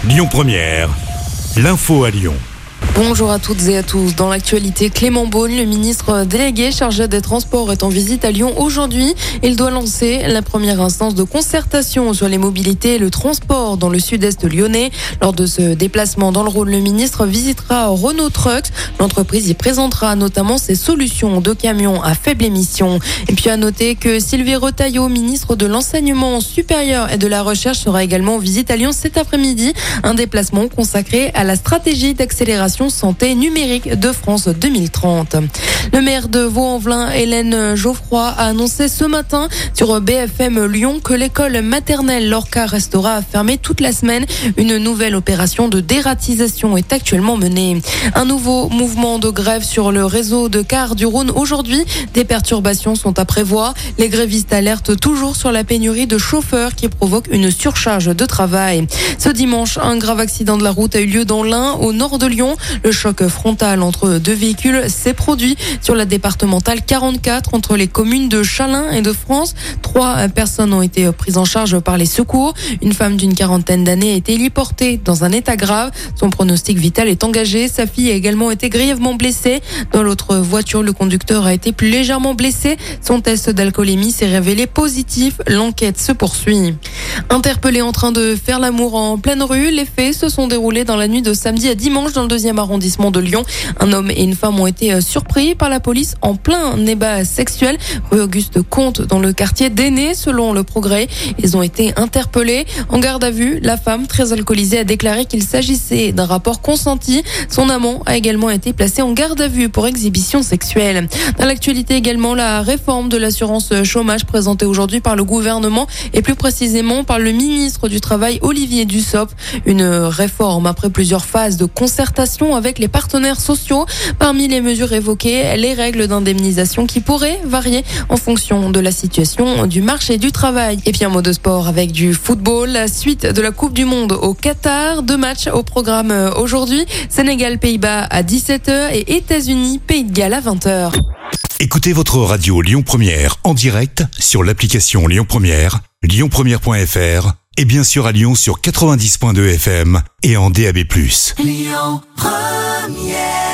Lyon Première, l'info à Lyon. Bonjour à toutes et à tous. Dans l'actualité, Clément Beaune, le ministre délégué chargé des Transports, est en visite à Lyon aujourd'hui. Il doit lancer la première instance de concertation sur les mobilités et le transport dans le sud-est lyonnais. Lors de ce déplacement dans le Rhône, le ministre visitera Renault Trucks. L'entreprise y présentera notamment ses solutions de camions à faible émission. Et puis à noter que Sylvie Retailleau, ministre de l'Enseignement supérieur et de la Recherche, sera également en visite à Lyon cet après-midi. Un déplacement consacré à la stratégie d'accélération santé numérique de France 2030. Le maire de Vaux-en-Velin, Hélène Geoffroy, a annoncé ce matin sur BFM Lyon que l'école maternelle Lorca restera fermée toute la semaine. Une nouvelle opération de dératisation est actuellement menée. Un nouveau mouvement de grève sur le réseau de cars du Rhône aujourd'hui. Des perturbations sont à prévoir. Les grévistes alertent toujours sur la pénurie de chauffeurs qui provoque une surcharge de travail. Ce dimanche, un grave accident de la route a eu lieu dans l'Ain, au nord de Lyon. Le choc frontal entre deux véhicules s'est produit sur la départementale 44 entre les communes de Chalain et de France. 3 personnes ont été prises en charge par les secours. Une femme d'une quarantaine d'années a été héliportée dans un état grave. Son pronostic vital est engagé. Sa fille a également été grièvement blessée. Dans l'autre voiture, le conducteur a été plus légèrement blessé. Son test d'alcoolémie s'est révélé positif. L'enquête se poursuit. Interpellé en train de faire l'amour en pleine rue, les faits se sont déroulés dans la nuit de samedi à dimanche dans le 2e arrondissement de Lyon. Un homme et une femme ont été surpris par la police en plein débat sexuel rue Auguste Comte dans le quartier d'Aîné, selon Le Progrès. Ils ont été interpellés. En garde à vue, la femme, très alcoolisée, a déclaré qu'il s'agissait d'un rapport consenti. Son amant a également été placé en garde à vue pour exhibition sexuelle. Dans l'actualité également, la réforme de l'assurance chômage présentée aujourd'hui par le gouvernement et plus précisément par le ministre du Travail Olivier Dussopt. Une réforme après plusieurs phases de concertation avec les partenaires sociaux. Parmi les mesures évoquées, les règles d'indemnisation qui pourraient varier en fonction de la situation du marché du travail. Et puis un mot de sport avec du football. La suite de la Coupe du Monde au Qatar. 2 matchs au programme aujourd'hui. Sénégal-Pays-Bas à 17h et États-Unis-Pays de Galles à 20h. Écoutez votre radio Lyon Première en direct sur l'application Lyon Première, lyonpremière.fr et bien sûr à Lyon sur 90.2 FM et en DAB+. Lyon Première.